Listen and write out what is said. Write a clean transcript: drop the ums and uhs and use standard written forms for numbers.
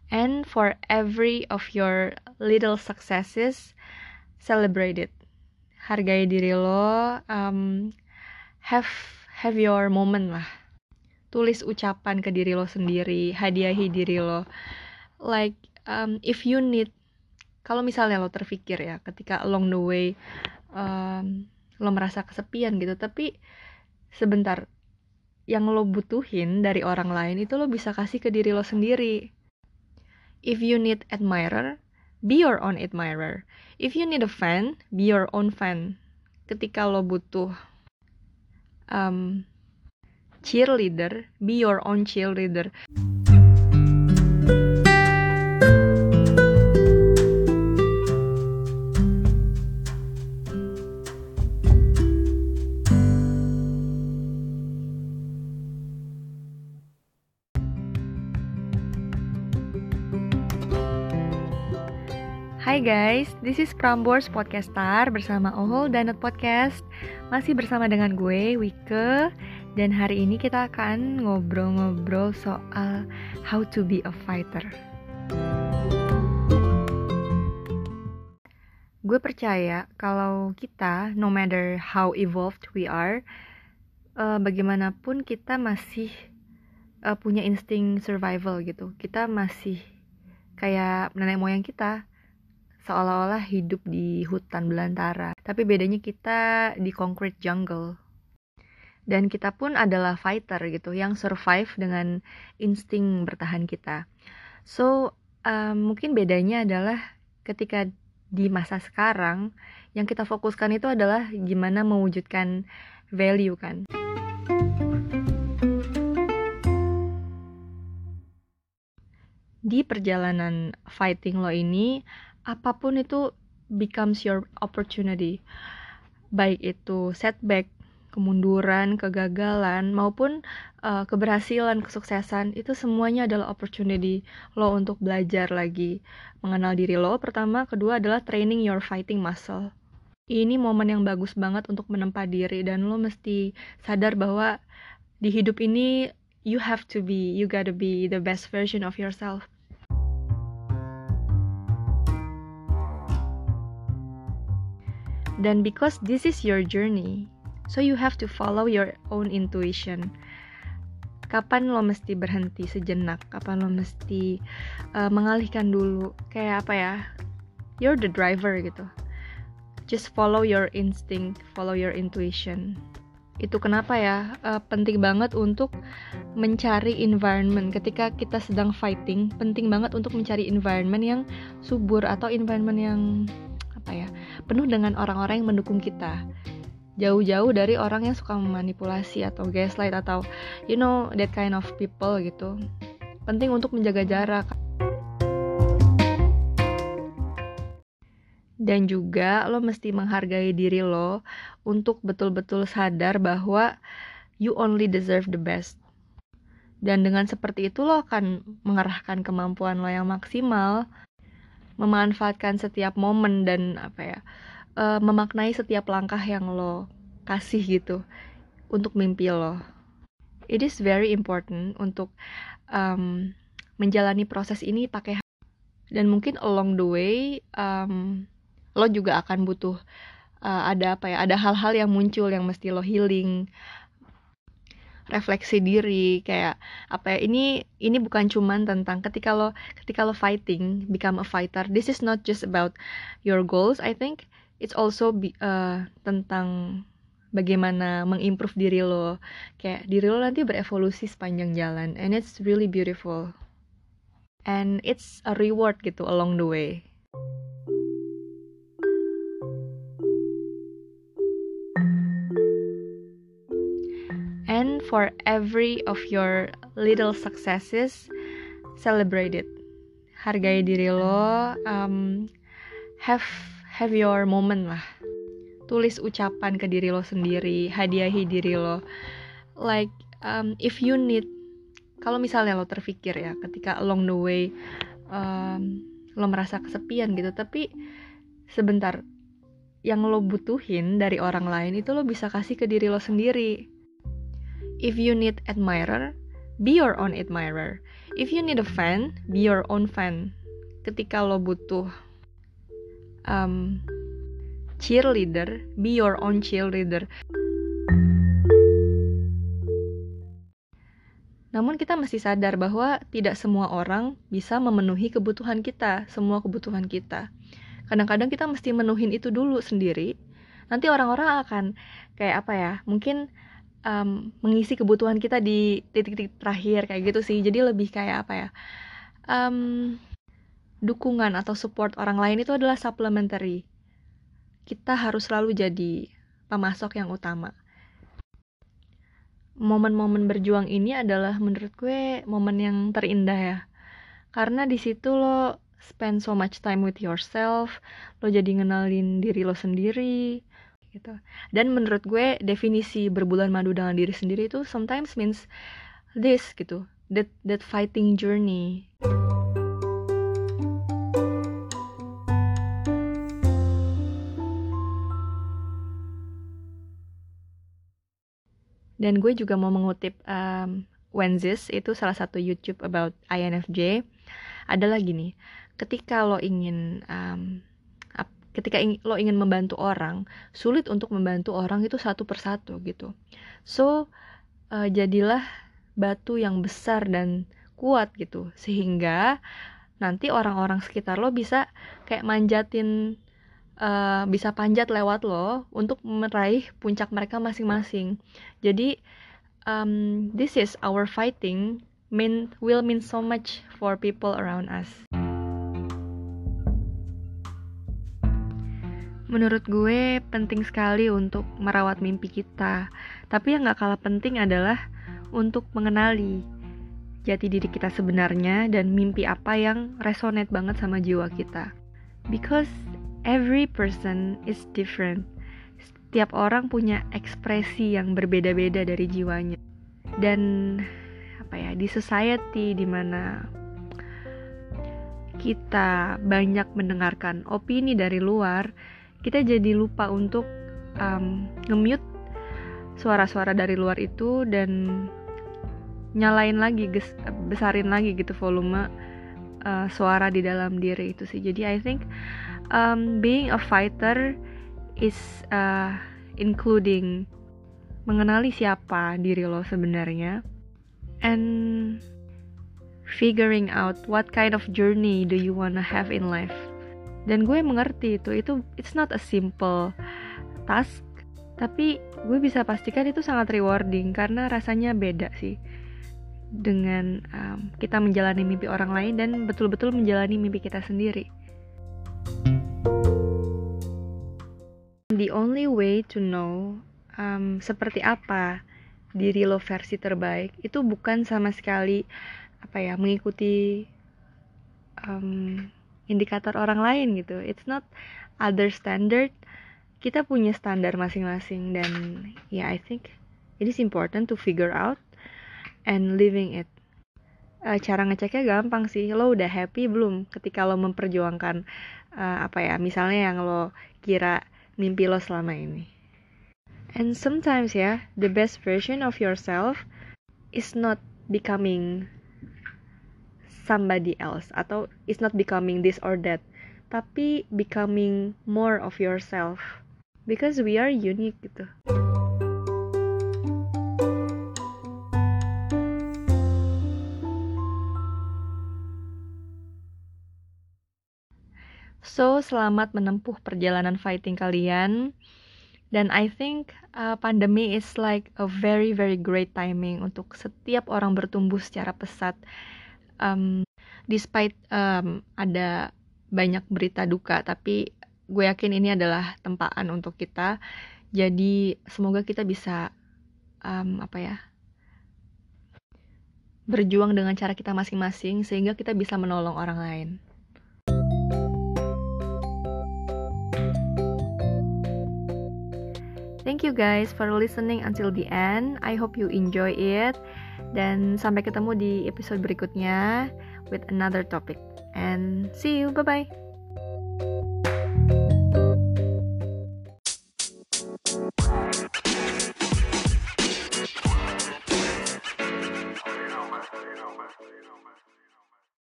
And for every of your little successes, celebrate it. Hargai diri lo, have your moment lah. Tulis ucapan ke diri lo sendiri, hadiahi diri lo. Like, if you need, kalau misalnya lo terpikir ya, ketika along the way, lo merasa kesepian gitu, tapi sebentar, yang lo butuhin dari orang lain itu lo bisa kasih ke diri lo sendiri. If you need admirer, be your own admirer. If you need a fan, be your own fan. Ketika lo butuh cheerleader, be your own cheerleader. Hai guys, this is Prambors Podcastar bersama Ohol Danut Podcast. Masih bersama dengan gue, Wike. Dan hari ini kita akan ngobrol-ngobrol soal how to be a fighter. Gue percaya kalau kita, no matter how evolved we are, bagaimanapun kita masih punya insting survival gitu. Kita masih kayak nenek moyang kita, seolah-olah hidup di hutan belantara. Tapi bedanya kita di concrete jungle. Dan kita pun adalah fighter gitu, yang survive dengan insting bertahan kita. So, mungkin bedanya adalah ketika di masa sekarang, yang kita fokuskan itu adalah gimana mewujudkan value kan. Di perjalanan fighting lo ini, apapun itu becomes your opportunity. Baik itu setback, kemunduran, kegagalan, maupun keberhasilan, kesuksesan, itu semuanya adalah opportunity lo untuk belajar lagi, mengenal diri lo pertama, kedua adalah training your fighting muscle. Ini momen yang bagus banget untuk menempa diri, dan lo mesti sadar bahwa di hidup ini you gotta be the best version of yourself. Dan because this is your journey, so you have to follow your own intuition. Kapan lo mesti berhenti sejenak, kapan lo mesti mengalihkan dulu, kayak apa ya, you're the driver gitu. Just follow your instinct, follow your intuition. Itu kenapa ya penting banget untuk mencari environment. Ketika kita sedang fighting, penting banget untuk mencari environment yang subur atau environment yang penuh dengan orang-orang yang mendukung kita. Jauh-jauh dari orang yang suka memanipulasi atau gaslight atau that kind of people gitu. Penting untuk menjaga jarak. Dan juga lo mesti menghargai diri lo untuk betul-betul sadar bahwa you only deserve the best. Dan dengan seperti itu lo akan mengerahkan kemampuan lo yang maksimal, memanfaatkan setiap momen dan memaknai setiap langkah yang lo kasih gitu untuk mimpi lo. It is very important untuk menjalani proses ini pakai hati. Dan mungkin along the way lo juga akan butuh ada hal-hal yang muncul yang mesti lo healing, refleksi diri, kayak ini bukan cuman tentang ketika lo fighting, become a fighter. This is not just about your goals. I think it's also tentang bagaimana mengimprove diri lo, kayak diri lo nanti berevolusi sepanjang jalan, and it's really beautiful, and it's a reward gitu along the way. And for every of your little successes, celebrate it. Hargai diri lo, have your moment lah. Tulis ucapan ke diri lo sendiri, hadiahi diri lo. Like, if you need, kalau misalnya lo terpikir ya, ketika along the way lo merasa kesepian gitu, tapi sebentar, yang lo butuhin dari orang lain itu lo bisa kasih ke diri lo sendiri. If you need admirer, be your own admirer. If you need a fan, be your own fan. Ketika lo butuh cheerleader, be your own cheerleader. Namun kita mesti sadar bahwa tidak semua orang bisa memenuhi kebutuhan kita, semua kebutuhan kita. Kadang-kadang kita mesti menuhin itu dulu sendiri. Nanti orang-orang akan kayak apa ya, mungkin mengisi kebutuhan kita di titik-titik terakhir kayak gitu sih. Jadi lebih kayak apa ya, dukungan atau support orang lain itu adalah supplementary. Kita harus selalu jadi pemasok yang utama. Momen-momen berjuang ini adalah menurut gue momen yang terindah ya, karena di situ lo spend so much time with yourself, lo jadi ngenalin diri lo sendiri gitu. Dan menurut gue definisi berbulan madu dengan diri sendiri itu sometimes means this gitu, that fighting journey. Dan gue juga mau mengutip Wenzis, itu salah satu YouTube about INFJ. Adalah gini, ketika lo ingin lo ingin membantu orang, sulit untuk membantu orang itu satu persatu gitu. So jadilah batu yang besar dan kuat gitu, sehingga nanti orang-orang sekitar lo bisa kayak manjatin, bisa panjat lewat lo untuk meraih puncak mereka masing-masing. Jadi this is our fighting will mean so much for people around us. Menurut gue penting sekali untuk merawat mimpi kita, tapi yang gak kalah penting adalah untuk mengenali jati diri kita sebenarnya dan mimpi apa yang resonate banget sama jiwa kita. Because every person is different. Setiap orang punya ekspresi yang berbeda-beda dari jiwanya. Dan di society di mana kita banyak mendengarkan opini dari luar, kita jadi lupa untuk nge-mute suara-suara dari luar itu dan nyalain lagi, besarin lagi gitu volume suara di dalam diri itu sih. Jadi I think being a fighter is including mengenali siapa diri lo sebenarnya and figuring out what kind of journey do you wanna have in life. Dan gue mengerti itu it's not a simple task, tapi gue bisa pastikan itu sangat rewarding karena rasanya beda sih dengan kita menjalani mimpi orang lain dan betul-betul menjalani mimpi kita sendiri. The only way to know seperti apa diri lo versi terbaik itu bukan sama sekali mengikuti indikator orang lain gitu. It's not other standard. Kita punya standar masing-masing dan I think it is important to figure out and living it. Cara ngeceknya gampang sih. Lo udah happy belum ketika lo memperjuangkan misalnya yang lo kira mimpi lo selama ini. And sometimes the best version of yourself is not becoming somebody else atau is not becoming this or that, tapi becoming more of yourself because we are unique gitu. So, selamat menempuh perjalanan fighting kalian. Dan I think pandemi is like a very very great timing untuk setiap orang bertumbuh secara pesat. Despite ada banyak berita duka, tapi gue yakin ini adalah tempaan untuk kita. Jadi semoga kita bisa berjuang dengan cara kita masing-masing sehingga kita bisa menolong orang lain. Thank you guys for listening until the end. I hope you enjoy it. Dan sampai ketemu di episode berikutnya with another topic. And see you. Bye-bye.